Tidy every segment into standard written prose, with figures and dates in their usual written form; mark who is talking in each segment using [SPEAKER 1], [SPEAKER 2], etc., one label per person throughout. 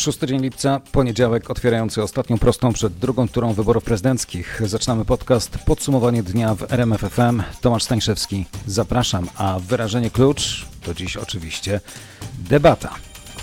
[SPEAKER 1] 6 dzień lipca, poniedziałek otwierający ostatnią prostą przed drugą turą wyborów prezydenckich. Zaczynamy podcast Podsumowanie dnia w RMF FM. Tomasz Stańszewski, zapraszam, a wyrażenie klucz to dziś oczywiście debata.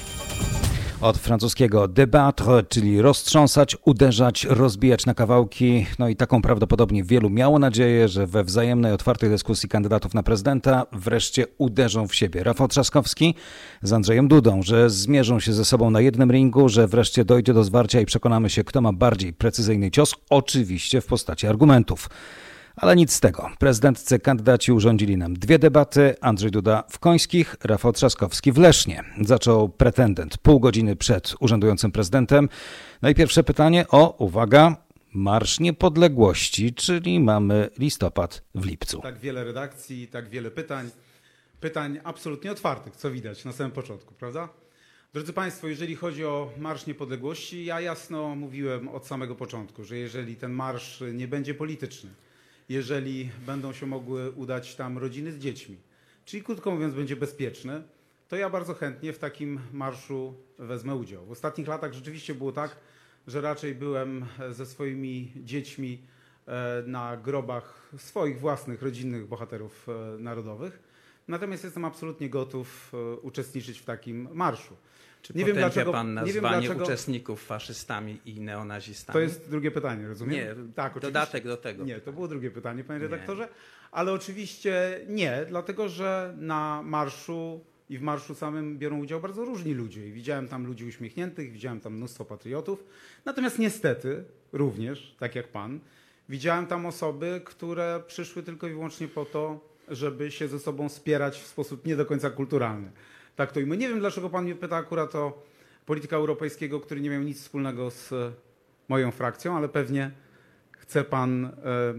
[SPEAKER 1] Od francuskiego débattre, czyli roztrząsać, uderzać, rozbijać na kawałki. No i taką prawdopodobnie wielu miało nadzieję, że we wzajemnej, otwartej dyskusji kandydatów na prezydenta wreszcie uderzą w siebie. Rafał Trzaskowski z Andrzejem Dudą, że zmierzą się ze sobą na jednym ringu, że wreszcie dojdzie do zwarcia i przekonamy się, kto ma bardziej precyzyjny cios, oczywiście w postaci argumentów. Ale nic z tego. Prezydentcy kandydaci urządzili nam dwie debaty. Andrzej Duda w Końskich, Rafał Trzaskowski w Lesznie. Zaczął pretendent pół godziny przed urzędującym prezydentem. No i pierwsze pytanie o, uwaga, Marsz Niepodległości, czyli mamy listopad w lipcu.
[SPEAKER 2] Tak wiele redakcji, tak wiele pytań. Pytań absolutnie otwartych, co widać na samym początku, prawda? Drodzy Państwo, jeżeli chodzi o Marsz Niepodległości, ja jasno mówiłem od samego początku, że jeżeli ten marsz nie będzie polityczny, jeżeli będą się mogły udać tam rodziny z dziećmi, czyli krótko mówiąc będzie bezpieczny, to ja bardzo chętnie w takim marszu wezmę udział. W ostatnich latach rzeczywiście było tak, że raczej byłem ze swoimi dziećmi na grobach swoich własnych, rodzinnych bohaterów narodowych. Natomiast jestem absolutnie gotów uczestniczyć w takim marszu.
[SPEAKER 3] Czy potępia pan nazwanie uczestników faszystami i neonazistami?
[SPEAKER 2] To jest drugie pytanie, rozumiem?
[SPEAKER 3] Nie, tak, dodatek do tego.
[SPEAKER 2] Nie, to było drugie pytanie, panie redaktorze. Ale oczywiście nie, dlatego że na marszu i w marszu samym biorą udział bardzo różni ludzie. I widziałem tam ludzi uśmiechniętych, widziałem tam mnóstwo patriotów. Natomiast niestety, również, tak jak pan, widziałem tam osoby, które przyszły tylko i wyłącznie po to, żeby się ze sobą spierać w sposób nie do końca kulturalny. Tak to i my. Nie wiem, dlaczego pan mnie pyta akurat o polityka europejskiego, który nie miał nic wspólnego z moją frakcją, ale pewnie chce pan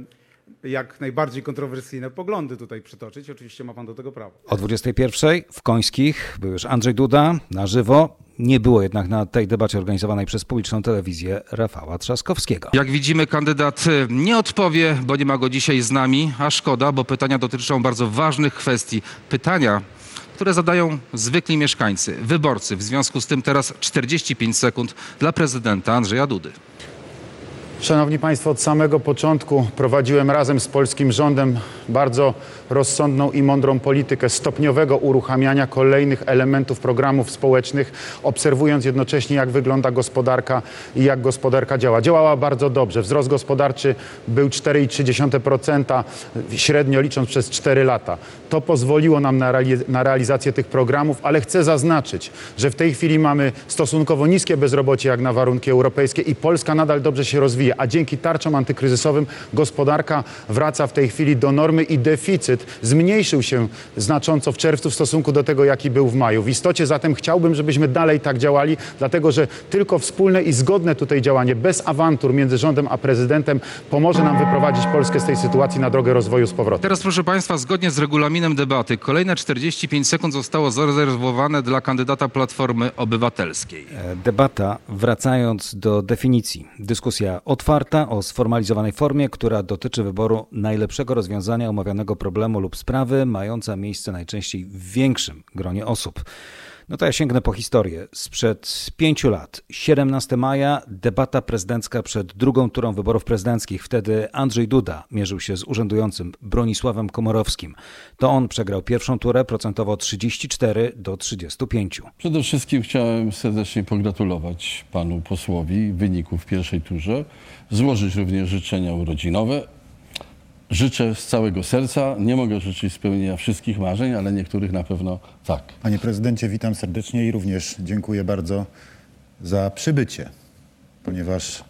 [SPEAKER 2] jak najbardziej kontrowersyjne poglądy tutaj przytoczyć. Oczywiście ma pan do tego prawo.
[SPEAKER 1] O 21:00 w Końskich był już Andrzej Duda na żywo. Nie było jednak na tej debacie organizowanej przez publiczną telewizję Rafała Trzaskowskiego.
[SPEAKER 4] Jak widzimy, kandydat nie odpowie, bo nie ma go dzisiaj z nami, a szkoda, bo pytania dotyczą bardzo ważnych kwestii. Pytania, które zadają zwykli mieszkańcy, wyborcy. W związku z tym teraz 45 sekund dla prezydenta Andrzeja Dudy.
[SPEAKER 5] Szanowni Państwo, od samego początku prowadziłem razem z polskim rządem bardzo rozsądną i mądrą politykę stopniowego uruchamiania kolejnych elementów programów społecznych, obserwując jednocześnie, jak wygląda gospodarka i jak gospodarka działa. Działała bardzo dobrze. Wzrost gospodarczy był 4,3%, średnio licząc przez 4 lata. To pozwoliło nam na realizację tych programów, ale chcę zaznaczyć, że w tej chwili mamy stosunkowo niskie bezrobocie jak na warunki europejskie i Polska nadal dobrze się rozwija, a dzięki tarczom antykryzysowym gospodarka wraca w tej chwili do normy i deficyt zmniejszył się znacząco w czerwcu w stosunku do tego, jaki był w maju. W istocie zatem chciałbym, żebyśmy dalej tak działali, dlatego że tylko wspólne i zgodne tutaj działanie, bez awantur między rządem a prezydentem, pomoże nam wyprowadzić Polskę z tej sytuacji na drogę rozwoju z powrotem.
[SPEAKER 4] Teraz, proszę Państwa, zgodnie z regulaminem debaty, kolejne 45 sekund zostało zarezerwowane dla kandydata Platformy Obywatelskiej.
[SPEAKER 1] Debata, wracając do definicji. Dyskusja otwarta o sformalizowanej formie, która dotyczy wyboru najlepszego rozwiązania omawianego problemu lub sprawy, mająca miejsce najczęściej w większym gronie osób. No to ja sięgnę po historię. Sprzed 5 lat, 17 maja, debata prezydencka przed drugą turą wyborów prezydenckich. Wtedy Andrzej Duda mierzył się z urzędującym Bronisławem Komorowskim. To on przegrał pierwszą turę procentowo 34-35.
[SPEAKER 6] Przede wszystkim chciałem serdecznie pogratulować panu posłowi wyników w pierwszej turze, złożyć również życzenia urodzinowe. Życzę z całego serca. Nie mogę życzyć spełnienia wszystkich marzeń, ale niektórych na pewno tak.
[SPEAKER 7] Panie prezydencie, witam serdecznie i również dziękuję bardzo za przybycie, ponieważ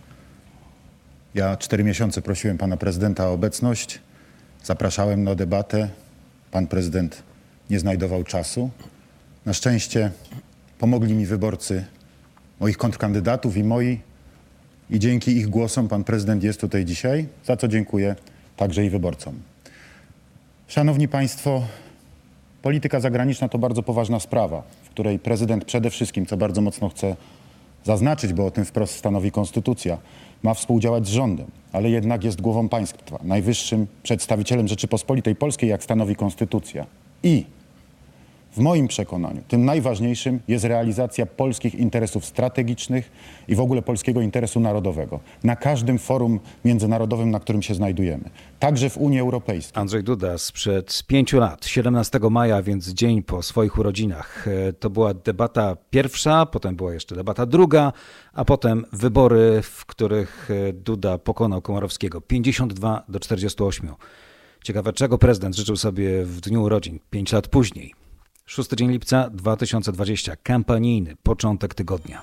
[SPEAKER 7] ja 4 miesiące prosiłem pana prezydenta o obecność, zapraszałem na debatę, pan prezydent nie znajdował czasu. Na szczęście pomogli mi wyborcy moich kontrkandydatów i moi i dzięki ich głosom pan prezydent jest tutaj dzisiaj, za co dziękuję także i wyborcom. Szanowni Państwo, polityka zagraniczna to bardzo poważna sprawa, w której prezydent przede wszystkim, co bardzo mocno chcę zaznaczyć, bo o tym wprost stanowi konstytucja, ma współdziałać z rządem, ale jednak jest głową państwa, najwyższym przedstawicielem Rzeczypospolitej Polskiej, jak stanowi konstytucja. I W moim przekonaniu tym najważniejszym jest realizacja polskich interesów strategicznych i w ogóle polskiego interesu narodowego na każdym forum międzynarodowym, na którym się znajdujemy, także w Unii Europejskiej.
[SPEAKER 1] Andrzej Duda sprzed 5 lat, 17 maja, więc dzień po swoich urodzinach. To była debata pierwsza, potem była jeszcze debata druga, a potem wybory, w których Duda pokonał Komorowskiego 52-48. Ciekawe, czego prezydent życzył sobie w dniu urodzin 5 lat później. 6 dzień lipca 2020, kampanijny początek tygodnia.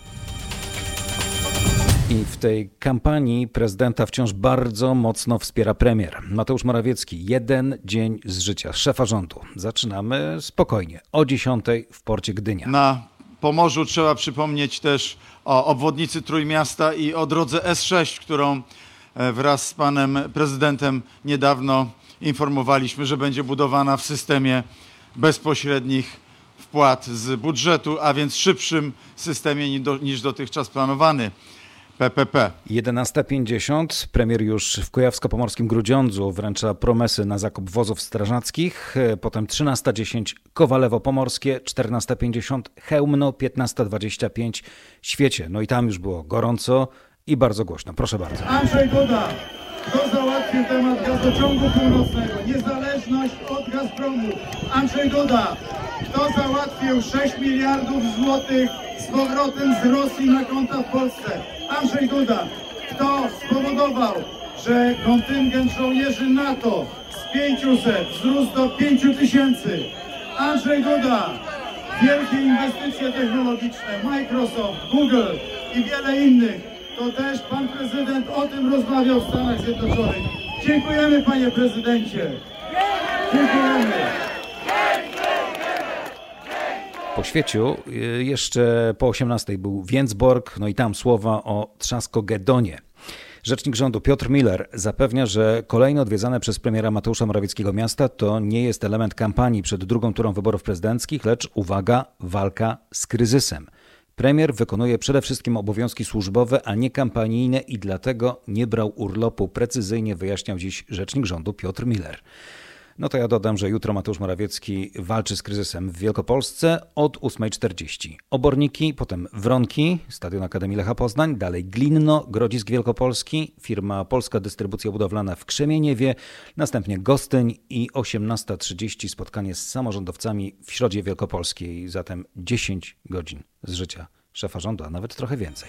[SPEAKER 1] I w tej kampanii prezydenta wciąż bardzo mocno wspiera premier Mateusz Morawiecki. 1 dzień z życia szefa rządu. Zaczynamy spokojnie, o 10:00 w porcie Gdynia.
[SPEAKER 8] Na Pomorzu trzeba przypomnieć też o obwodnicy Trójmiasta i o drodze S6, którą wraz z panem prezydentem niedawno informowaliśmy, że będzie budowana w systemie bezpośrednich wpłat z budżetu, a więc szybszym systemie niż dotychczas planowany. PPP.
[SPEAKER 1] 11:50. Premier już w Kujawsko-Pomorskim Grudziądzu wręcza promesy na zakup wozów strażackich. Potem 13:10 Kowalewo-Pomorskie, 14:50 Chełmno, 15:25 Świecie. No i tam już było gorąco i bardzo głośno. Proszę bardzo.
[SPEAKER 9] Andrzej Duda, kto załatwił temat gazociągu północnego, niezależność od Gazpromu. Andrzej Duda, kto załatwił 6 miliardów złotych z powrotem z Rosji na konta w Polsce. Andrzej Duda, kto spowodował, że kontyngent żołnierzy NATO z 500 wzrósł do 5000. Andrzej Duda, wielkie inwestycje technologiczne, Microsoft, Google i wiele innych. To też pan prezydent o tym rozmawiał w Stanach Zjednoczonych. Dziękujemy, panie prezydencie. Dziękujemy.
[SPEAKER 1] Po świeciu jeszcze po 18:00 był Więcborg, no i tam słowa o Trzaskogedonie. Rzecznik rządu Piotr Miller zapewnia, że kolejne odwiedzane przez premiera Mateusza Morawieckiego miasta to nie jest element kampanii przed drugą turą wyborów prezydenckich, lecz, uwaga, walka z kryzysem. Premier wykonuje przede wszystkim obowiązki służbowe, a nie kampanijne i dlatego nie brał urlopu. Precyzyjnie wyjaśniał dziś rzecznik rządu Piotr Miller. No to ja dodam, że jutro Mateusz Morawiecki walczy z kryzysem w Wielkopolsce od 8:40. Oborniki, potem Wronki, Stadion Akademii Lecha Poznań, dalej Glinno, Grodzisk Wielkopolski, firma Polska Dystrybucja Budowlana w Krzemieniewie, następnie Gostyń i 18:30 spotkanie z samorządowcami w Środzie Wielkopolskiej. Zatem 10 godzin z życia szefa rządu, a nawet trochę więcej.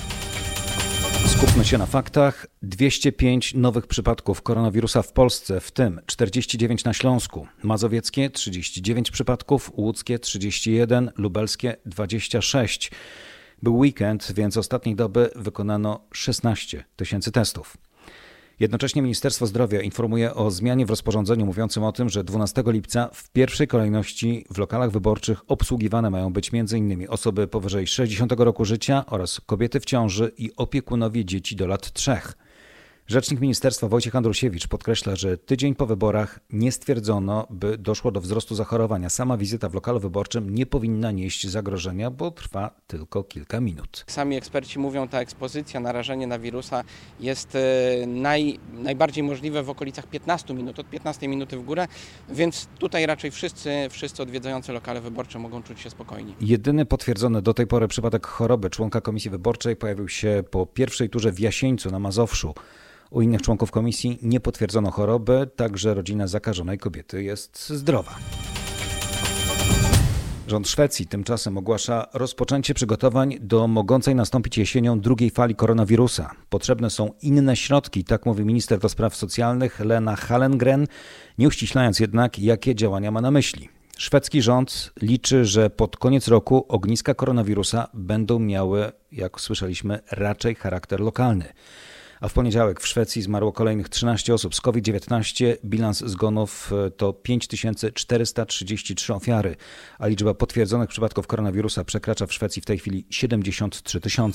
[SPEAKER 1] Skupmy się na faktach. 205 nowych przypadków koronawirusa w Polsce, w tym 49 na Śląsku, mazowieckie 39 przypadków, łódzkie 31, lubelskie 26. Był weekend, więc ostatniej doby wykonano 16 000 testów. Jednocześnie Ministerstwo Zdrowia informuje o zmianie w rozporządzeniu mówiącym o tym, że 12 lipca w pierwszej kolejności w lokalach wyborczych obsługiwane mają być m.in. osoby powyżej 60 roku życia oraz kobiety w ciąży i opiekunowie dzieci do lat 3. Rzecznik ministerstwa Wojciech Andrusiewicz podkreśla, że tydzień po wyborach nie stwierdzono, by doszło do wzrostu zachorowania. Sama wizyta w lokalu wyborczym nie powinna nieść zagrożenia, bo trwa tylko kilka minut.
[SPEAKER 10] Sami eksperci mówią, ta ekspozycja, narażenie na wirusa jest najbardziej możliwe w okolicach 15 minut, od 15 minuty w górę, więc tutaj raczej wszyscy odwiedzający lokale wyborcze mogą czuć się spokojni.
[SPEAKER 1] Jedyny potwierdzony do tej pory przypadek choroby członka komisji wyborczej pojawił się po pierwszej turze w Jasieńcu na Mazowszu. U innych członków komisji nie potwierdzono choroby, także rodzina zakażonej kobiety jest zdrowa. Rząd Szwecji tymczasem ogłasza rozpoczęcie przygotowań do mogącej nastąpić jesienią drugiej fali koronawirusa. Potrzebne są inne środki, tak mówi minister do spraw socjalnych Lena Hallengren, nie uściślając jednak, jakie działania ma na myśli. Szwedzki rząd liczy, że pod koniec roku ogniska koronawirusa będą miały, jak słyszeliśmy, raczej charakter lokalny. A w poniedziałek w Szwecji zmarło kolejnych 13 osób z COVID-19. Bilans zgonów to 5433 ofiary, a liczba potwierdzonych przypadków koronawirusa przekracza w Szwecji w tej chwili 73 000.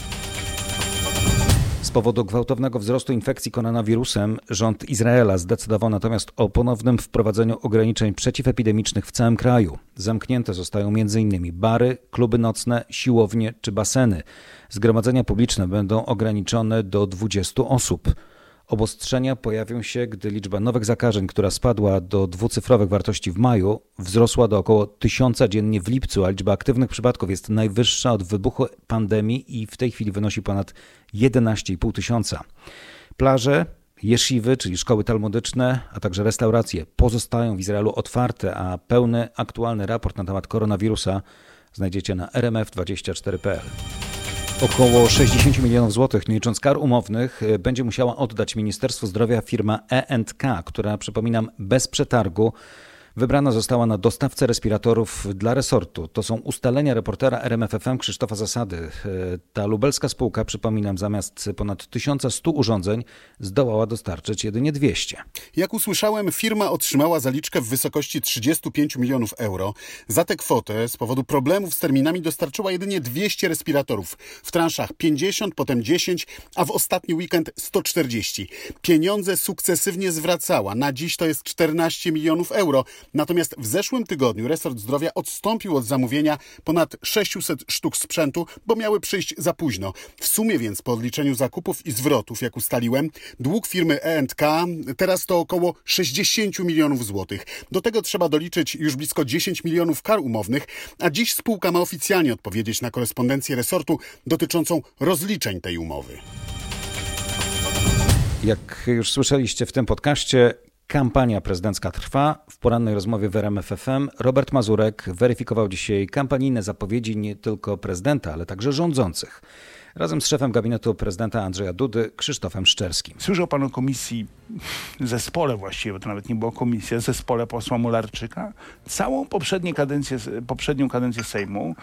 [SPEAKER 1] Z powodu gwałtownego wzrostu infekcji koronawirusem rząd Izraela zdecydował natomiast o ponownym wprowadzeniu ograniczeń przeciwepidemicznych w całym kraju. Zamknięte zostają m.in. bary, kluby nocne, siłownie czy baseny. Zgromadzenia publiczne będą ograniczone do 20 osób. Obostrzenia pojawią się, gdy liczba nowych zakażeń, która spadła do dwucyfrowych wartości w maju, wzrosła do około 1000 dziennie w lipcu, a liczba aktywnych przypadków jest najwyższa od wybuchu pandemii i w tej chwili wynosi ponad 11,5 tysiąca. Plaże, jesziwy, czyli szkoły talmudyczne, a także restauracje pozostają w Izraelu otwarte, a pełny, aktualny raport na temat koronawirusa znajdziecie na rmf24.pl. Około 60 milionów złotych, nie licząc kar umownych, będzie musiała oddać Ministerstwu Zdrowia firma E&K, która, przypominam, bez przetargu wybrana została na dostawcę respiratorów dla resortu. To są ustalenia reportera RMFFM Krzysztofa Zasady. Ta lubelska spółka, przypominam, zamiast ponad 1100 urządzeń zdołała dostarczyć jedynie 200.
[SPEAKER 11] Jak usłyszałem, firma otrzymała zaliczkę w wysokości 35 milionów euro. Za tę kwotę z powodu problemów z terminami dostarczyła jedynie 200 respiratorów. W transzach 50, potem 10, a w ostatni weekend 140. Pieniądze sukcesywnie zwracała. Na dziś to jest 14 milionów euro. Natomiast w zeszłym tygodniu resort zdrowia odstąpił od zamówienia ponad 600 sztuk sprzętu, bo miały przyjść za późno. W sumie więc po odliczeniu zakupów i zwrotów, jak ustaliłem, dług firmy E&K teraz to około 60 milionów złotych. Do tego trzeba doliczyć już blisko 10 milionów kar umownych, a dziś spółka ma oficjalnie odpowiedzieć na korespondencję resortu dotyczącą rozliczeń tej umowy.
[SPEAKER 1] Jak już słyszeliście w tym podcaście, kampania prezydencka trwa. W porannej rozmowie w RMF FM Robert Mazurek weryfikował dzisiaj kampanijne zapowiedzi nie tylko prezydenta, ale także rządzących. Razem z szefem gabinetu prezydenta Andrzeja Dudy, Krzysztofem Szczerskim.
[SPEAKER 12] Słyszał pan o komisji, zespole właściwie, bo to nawet nie było komisja, zespole posła Mularczyka. Całą poprzednią kadencję Sejmu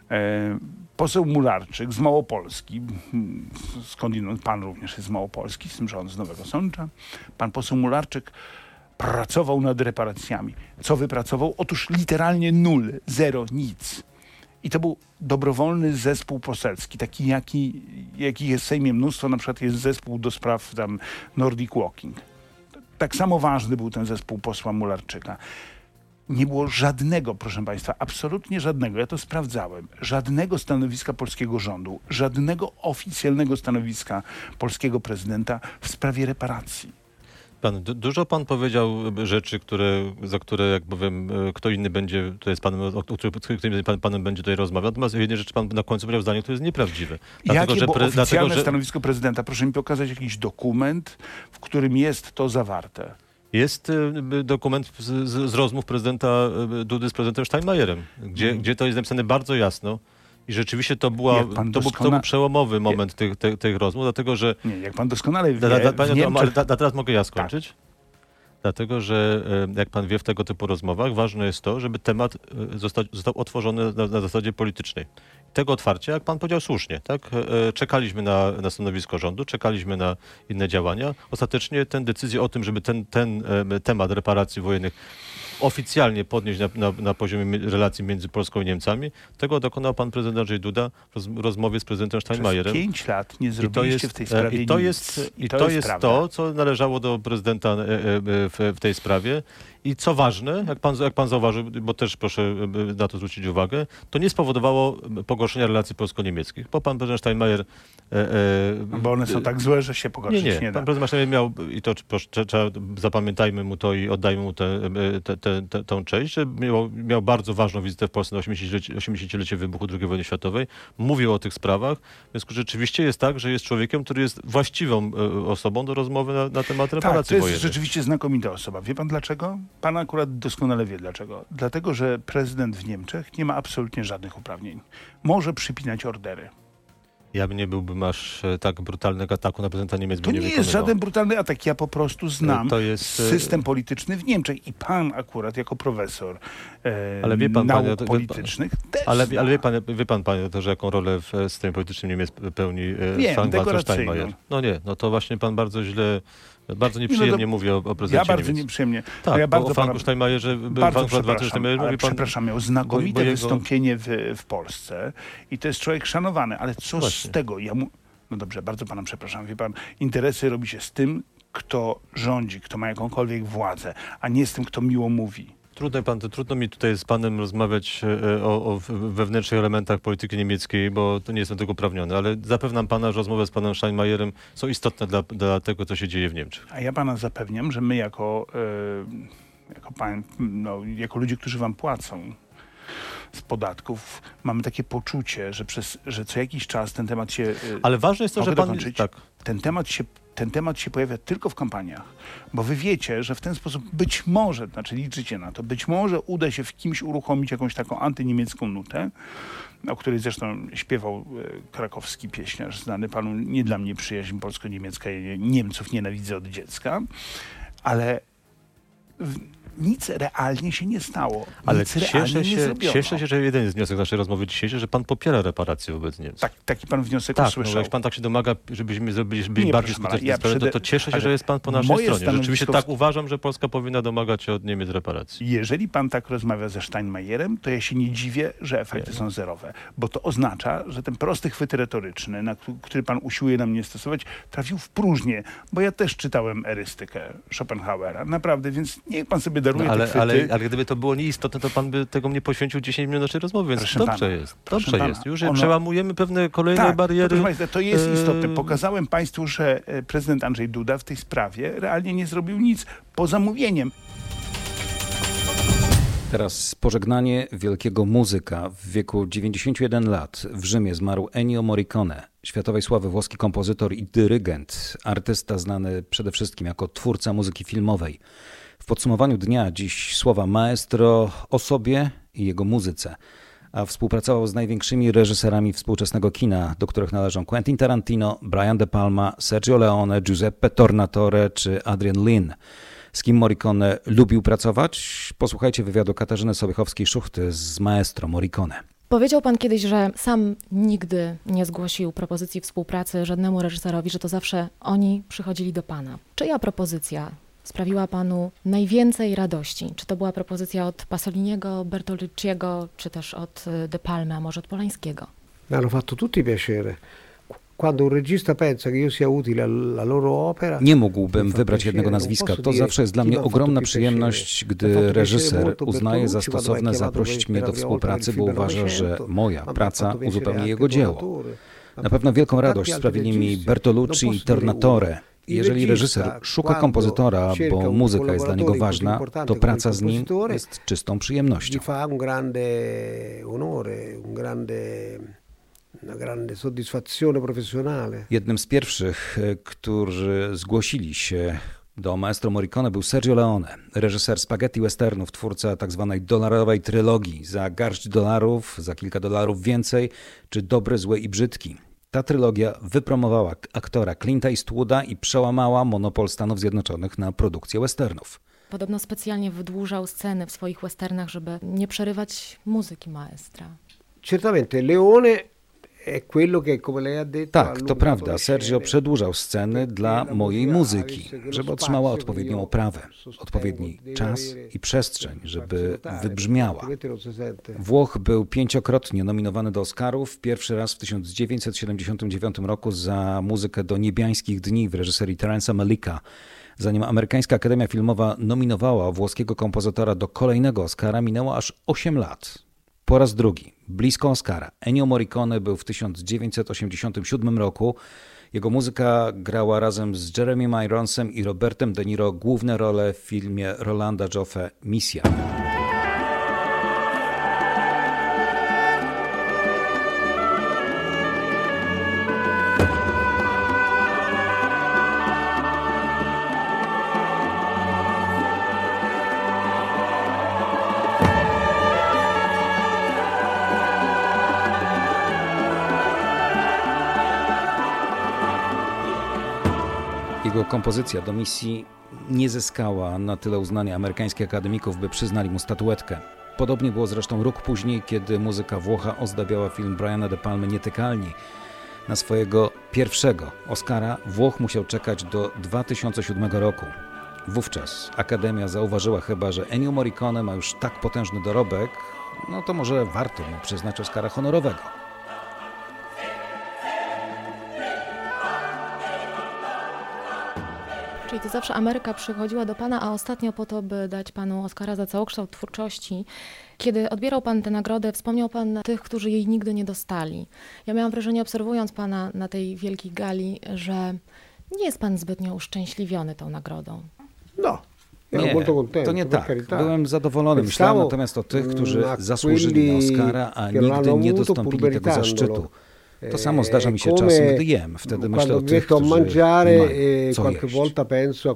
[SPEAKER 12] poseł Mularczyk z Małopolski, skądinąd pan również jest z Małopolski, z tym, że on z Nowego Sącza. Pan poseł Mularczyk pracował nad reparacjami. Co wypracował? Otóż literalnie nul, zero, nic. I to był dobrowolny zespół poselski, taki jaki jest w Sejmie mnóstwo, na przykład jest zespół do spraw tam Nordic Walking. Tak samo ważny był ten zespół posła Mularczyka. Nie było żadnego, proszę państwa, absolutnie żadnego, ja to sprawdzałem, żadnego stanowiska polskiego rządu, żadnego oficjalnego stanowiska polskiego prezydenta w sprawie reparacji.
[SPEAKER 13] Dużo pan powiedział rzeczy, za które, jak powiem, kto inny będzie, to jest panem, panem będzie tutaj rozmawiał. Natomiast jednej rzeczy pan na końcu powiedział zdanie, które jest nieprawdziwe.
[SPEAKER 12] Jakie było oficjalne stanowisko prezydenta? Proszę mi pokazać jakiś dokument, w którym jest to zawarte.
[SPEAKER 13] Jest dokument z rozmów prezydenta Dudy z prezydentem Steinmeierem, gdzie to jest napisane bardzo jasno. I rzeczywiście to był przełomowy moment tych rozmów, dlatego że...
[SPEAKER 12] Nie, jak pan doskonale wie,
[SPEAKER 13] teraz mogę ja skończyć? Tak. Dlatego, że jak pan wie, w tego typu rozmowach ważne jest to, żeby temat został otworzony na zasadzie politycznej. Tego otwarcia, jak pan powiedział słusznie, tak? Czekaliśmy na stanowisko rządu, czekaliśmy na inne działania. Ostatecznie tę decyzję o tym, żeby ten temat reparacji wojennych oficjalnie podnieść na poziomie relacji między Polską i Niemcami, tego dokonał pan prezydent Andrzej Duda w rozmowie z prezydentem Steinmeierem.
[SPEAKER 12] Przez 5 lat nie zrobiliście w tej sprawie nic.
[SPEAKER 13] I to jest to, co należało do prezydenta w tej sprawie. I co ważne, jak pan zauważył, bo też proszę na to zwrócić uwagę, to nie spowodowało pogorszenia relacji polsko-niemieckich, bo pan prezydent Steinmeier...
[SPEAKER 12] bo one są tak złe, że się pogorszyć nie da.
[SPEAKER 13] Pan prezydent Steinmeier miał, i to zapamiętajmy mu to i oddajmy mu tę cześć, że miał bardzo ważną wizytę w Polsce na 80-lecie wybuchu II wojny światowej. Mówił o tych sprawach, więc rzeczywiście jest tak, że jest człowiekiem, który jest właściwą osobą do rozmowy na temat reparacji wojennych.
[SPEAKER 12] To jest rzeczywiście znakomita osoba. Wie pan dlaczego? Pan akurat doskonale wie dlaczego. Dlatego, że prezydent w Niemczech nie ma absolutnie żadnych uprawnień. Może przypinać ordery.
[SPEAKER 13] Ja nie byłbym aż tak brutalnego ataku na prezydenta Niemiec.
[SPEAKER 12] To nie jest żaden brutalny atak. Ja po prostu znam system polityczny w Niemczech. I pan akurat jako profesor nauk politycznych też
[SPEAKER 13] ale wie pan, panie doktorze, jaką rolę w systemie politycznym Niemiec pełni Frank-Walter Steinmeier? No to właśnie pan bardzo źle... Bardzo nieprzyjemnie mówi o prezydencie
[SPEAKER 12] Ja bardzo
[SPEAKER 13] Niemiec.
[SPEAKER 12] Nieprzyjemnie.
[SPEAKER 13] Tak,
[SPEAKER 12] ja
[SPEAKER 13] bardzo o Franku Steinmeierze...
[SPEAKER 12] Bardzo przepraszam, miał znakomite wystąpienie w Polsce i to jest człowiek szanowany, ale co z tego? No dobrze, bardzo pana przepraszam. Wie pan, interesy robi się z tym, kto rządzi, kto ma jakąkolwiek władzę, a nie z tym, kto miło mówi.
[SPEAKER 13] Trudno mi tutaj z panem rozmawiać o wewnętrznych elementach polityki niemieckiej, bo to nie jestem tego uprawniony, ale zapewniam pana, że rozmowy z panem Steinmeierem są istotne dla tego, co się dzieje w Niemczech.
[SPEAKER 12] A ja pana zapewniam, że my jako ludzie, którzy wam płacą z podatków, mamy takie poczucie, że co jakiś czas ten temat się...
[SPEAKER 13] Ale ważne jest to, że pan... Tak.
[SPEAKER 12] Ten temat się pojawia tylko w kampaniach, bo wy wiecie, że w ten sposób być może, znaczy liczycie na to, być może uda się w kimś uruchomić jakąś taką antyniemiecką nutę, o której zresztą śpiewał krakowski pieśniarz znany panu, nie dla mnie przyjaźń polsko-niemiecka, Niemców nienawidzę od dziecka, ale nic realnie się nie stało.
[SPEAKER 13] Ale cieszę się, że jeden jest wniosek naszej rozmowy dzisiejszej, że pan popiera reparacje wobec Niemców.
[SPEAKER 12] Taki pan wniosek
[SPEAKER 13] usłyszał.
[SPEAKER 12] usłyszał.
[SPEAKER 13] No, jak pan tak się domaga, żebyśmy byli bardziej skuteczni, to cieszę się, że jest pan po naszej stronie. Rzeczywiście tak uważam, że Polska powinna domagać się od Niemiec reparacji.
[SPEAKER 12] Jeżeli pan tak rozmawia ze Steinmeierem, to ja się nie dziwię, że efekty są zerowe. Bo to oznacza, że ten prosty chwyt retoryczny, który pan usiłuje na mnie stosować, trafił w próżnię. Bo ja też czytałem erystykę Schopenhauera. Naprawdę, więc niech pan sobie daruje te chwyty.
[SPEAKER 13] Ale gdyby to było nieistotne, to pan by tego nie poświęcił 10 minut naszej rozmowy, więc
[SPEAKER 12] proszę
[SPEAKER 13] dobrze
[SPEAKER 12] pana,
[SPEAKER 13] jest.
[SPEAKER 12] Dobrze
[SPEAKER 13] Dobrze jest. Już przełamujemy pewne kolejne bariery.
[SPEAKER 12] To jest istotne. Pokazałem państwu, że prezydent Andrzej Duda w tej sprawie realnie nie zrobił nic poza mówieniem.
[SPEAKER 1] Teraz pożegnanie wielkiego muzyka. W wieku 91 lat w Rzymie zmarł Ennio Morricone, światowej sławy włoski kompozytor i dyrygent, artysta znany przede wszystkim jako twórca muzyki filmowej. W podsumowaniu dnia dziś słowa maestro o sobie i jego muzyce, a współpracował z największymi reżyserami współczesnego kina, do których należą Quentin Tarantino, Brian De Palma, Sergio Leone, Giuseppe Tornatore czy Adrian Lyne. Z kim Morricone lubił pracować? Posłuchajcie wywiadu Katarzyny Sobiechowskiej-Szuchty z maestro Morricone.
[SPEAKER 14] Powiedział pan kiedyś, że sam nigdy nie zgłosił propozycji współpracy żadnemu reżyserowi, że to zawsze oni przychodzili do pana. Czyja propozycja sprawiła panu najwięcej radości? Czy to była propozycja od Pasoliniego, Bertolucciego, czy też od De Palmy, a może od Polańskiego?
[SPEAKER 15] Hanno fatto tutti piacere. Quando un regista pensa che io sia utile alla loro opera.
[SPEAKER 1] Nie mógłbym wybrać jednego nazwiska. To zawsze jest dla mnie ogromna przyjemność, gdy reżyser uznaje za stosowne zaprosić mnie do współpracy, bo uważa, że moja praca uzupełni jego dzieło. Na pewno wielką radość sprawili mi Bertolucci i Tornatore. Jeżeli reżyser szuka kompozytora, bo muzyka jest dla niego ważna, to praca z nim jest czystą przyjemnością.
[SPEAKER 15] Una grande soddisfazione professionale.
[SPEAKER 1] Jednym z pierwszych, którzy zgłosili się do maestro Morricone, był Sergio Leone, reżyser spaghetti westernów, twórca tzw. dolarowej trylogii Za garść dolarów, za kilka dolarów więcej, czy Dobry, zły i brzydki. Ta trylogia wypromowała aktora Clint'a Eastwooda i przełamała monopol Stanów Zjednoczonych na produkcję westernów.
[SPEAKER 14] Podobno specjalnie wydłużał sceny w swoich westernach, żeby nie przerywać muzyki maestra.
[SPEAKER 15] Certamente Leone.
[SPEAKER 1] Tak, to prawda. Sergio przedłużał sceny dla mojej muzyki, żeby otrzymała odpowiednią oprawę, odpowiedni czas i przestrzeń, żeby wybrzmiała. Włoch był 5-krotnie nominowany do Oscarów, pierwszy raz w 1979 roku za muzykę do Niebiańskich dni w reżyserii Terence'a Malicka. Zanim amerykańska Akademia Filmowa nominowała włoskiego kompozytora do kolejnego Oscara, minęło aż 8 lat. Po raz drugi, blisko Oscara, Ennio Morricone był w 1987 roku. Jego muzyka grała razem z Jeremy Ironsem i Robertem De Niro główne role w filmie Rolanda Joffe Misja. Jego kompozycja do misji nie zyskała na tyle uznania amerykańskich akademików, by przyznali mu statuetkę. Podobnie było zresztą rok później, kiedy muzyka Włocha ozdabiała film Briana De Palmy Nietykalni. Na swojego pierwszego Oscara Włoch musiał czekać do 2007 roku. Wówczas Akademia zauważyła chyba, że Ennio Morricone ma już tak potężny dorobek, no to może warto mu przyznać Oscara honorowego.
[SPEAKER 14] Czyli to zawsze Ameryka przychodziła do pana, a ostatnio po to, by dać panu Oscara za całokształt twórczości. Kiedy odbierał pan tę nagrodę, wspomniał pan tych, którzy jej nigdy nie dostali. Ja miałam wrażenie, obserwując pana na tej wielkiej gali, że nie jest pan zbytnio uszczęśliwiony tą nagrodą.
[SPEAKER 15] No.
[SPEAKER 1] Nie, to nie tak. Byłem zadowolony. Myślałem natomiast o tych, którzy zasłużyli na Oscara, a nigdy nie dostąpili tego zaszczytu. To samo zdarza mi się czasem, gdy jem. Wtedy myślę o tych, którzy mają co jeść.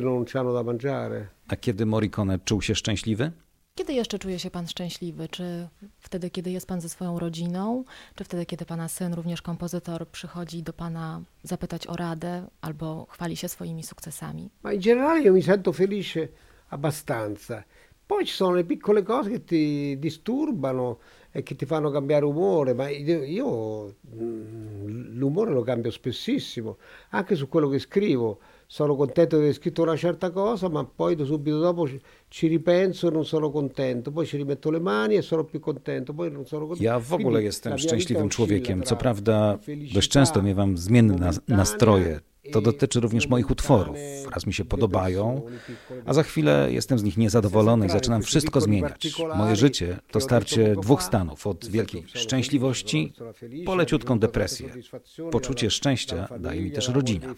[SPEAKER 1] A kiedy Morricone czuł się szczęśliwy?
[SPEAKER 14] Kiedy jeszcze czuje się pan szczęśliwy? Czy wtedy, kiedy jest pan ze swoją rodziną? Czy wtedy, kiedy pana syn, również kompozytor, przychodzi do pana zapytać o radę albo chwali się swoimi sukcesami?
[SPEAKER 15] Ma in generale io mi sento felice abbastanza. Poi ci sono le piccole cose che ti disturbano e che ti fanno cambiare umore, ma io l'umore lo cambio spessissimo, anche su quello che scrivo. Sono contento di aver scritto una certa cosa, ma poi subito dopo ci ripenso e non sono contento. Poi ci rimetto le mani e sono più contento. Poi non sono contento.
[SPEAKER 1] Ja w ogóle jestem szczęśliwym człowiekiem. Co prawda dość często miewam zmienne nastroje. To dotyczy również moich utworów. Raz mi się podobają, a za chwilę jestem z nich niezadowolony i zaczynam wszystko zmieniać. Moje życie to starcie dwóch stanów. Od wielkiej szczęśliwości po leciutką depresję. Poczucie szczęścia daje mi też rodzina.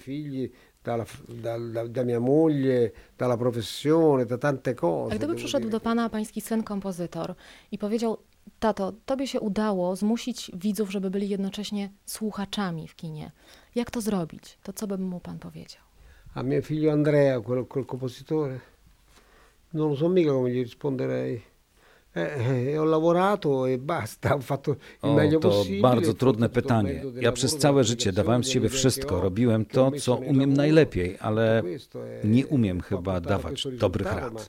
[SPEAKER 15] Da mia moglie, dalla professione, da tante cose.
[SPEAKER 14] Ale gdyby przyszedł do pana pański syn kompozytor i powiedział: tato, tobie się udało zmusić widzów, żeby byli jednocześnie słuchaczami w kinie. Jak to zrobić? To co by mu pan powiedział?
[SPEAKER 15] A mio figlio Andrea, quel compositore, non lo so mica come gli risponderei. Ho lavorato e basta, ho fatto il meglio possibile.
[SPEAKER 1] To bardzo trudne pytanie. Ja przez całe życie dawałem z siebie wszystko, robiłem to, co umiem najlepiej, ale nie umiem chyba dawać dobrych rad.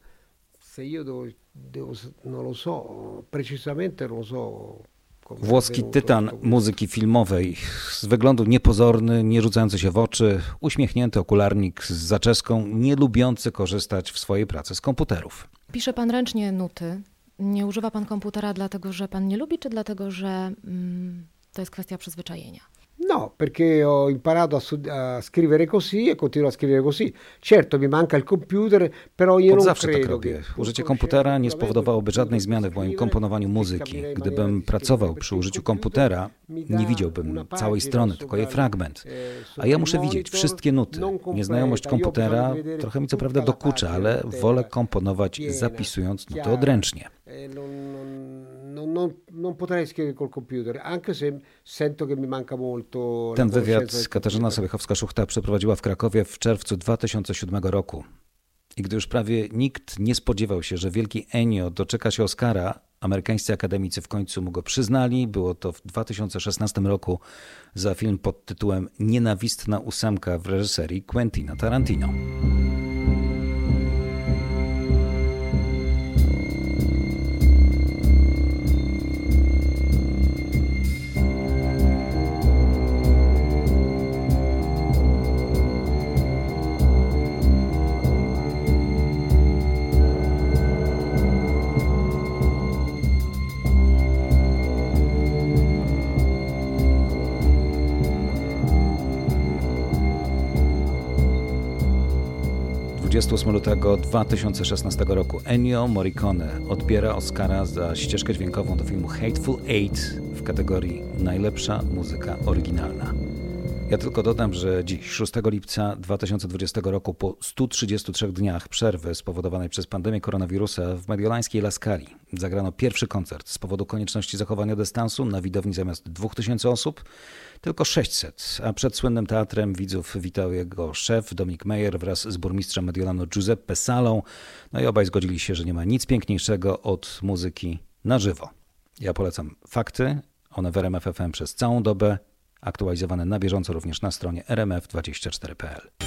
[SPEAKER 1] Włoski tytan muzyki filmowej, z wyglądu niepozorny, nie rzucający się w oczy, uśmiechnięty okularnik z zaczeską, nie lubiący korzystać w swojej pracy z komputerów.
[SPEAKER 14] Pisze pan ręcznie nuty. Nie używa pan komputera dlatego, że pan nie lubi, czy dlatego, że to jest kwestia przyzwyczajenia?
[SPEAKER 15] No, perché ho imparato a scrivere così e continuo a scrivere così. Certo, mi manca il computer, però io non
[SPEAKER 1] zawsze
[SPEAKER 15] credo
[SPEAKER 1] tak robię. Użycie komputera nie spowodowałoby żadnej zmiany w moim komponowaniu muzyki. Gdybym pracował przy użyciu komputera, nie widziałbym całej strony, tylko jej fragment. A ja muszę widzieć wszystkie nuty. Nieznajomość komputera trochę mi co prawda dokucza, ale wolę komponować zapisując nuty odręcznie.
[SPEAKER 15] Non potrei scrivere col computer, anche se sento che mi manca molto.
[SPEAKER 1] Ten wywiad Katarzyna Sobiechowska-Szuchta przeprowadziła w Krakowie w czerwcu 2007 roku. I gdy już prawie nikt nie spodziewał się, że wielki Ennio doczeka się Oscara, amerykańscy akademicy w końcu mu go przyznali. Było to w 2016 roku za film pod tytułem Nienawistna ósemka w reżyserii Quentina Tarantino. Lutego 2016 roku Ennio Morricone odbiera Oscara za ścieżkę dźwiękową do filmu Hateful Eight w kategorii Najlepsza muzyka oryginalna. Ja tylko dodam, że dziś, 6 lipca 2020 roku, po 133 dniach przerwy spowodowanej przez pandemię koronawirusa w mediolańskiej La Scali zagrano pierwszy koncert z powodu konieczności zachowania dystansu. Na widowni zamiast 2000 osób tylko 600, a przed słynnym teatrem widzów witał jego szef Dominik Meyer wraz z burmistrzem Mediolanu Giuseppe Salą. No i obaj zgodzili się, że nie ma nic piękniejszego od muzyki na żywo. Ja polecam fakty, one w RMF FM przez całą dobę, aktualizowane na bieżąco również na stronie rmf24.pl.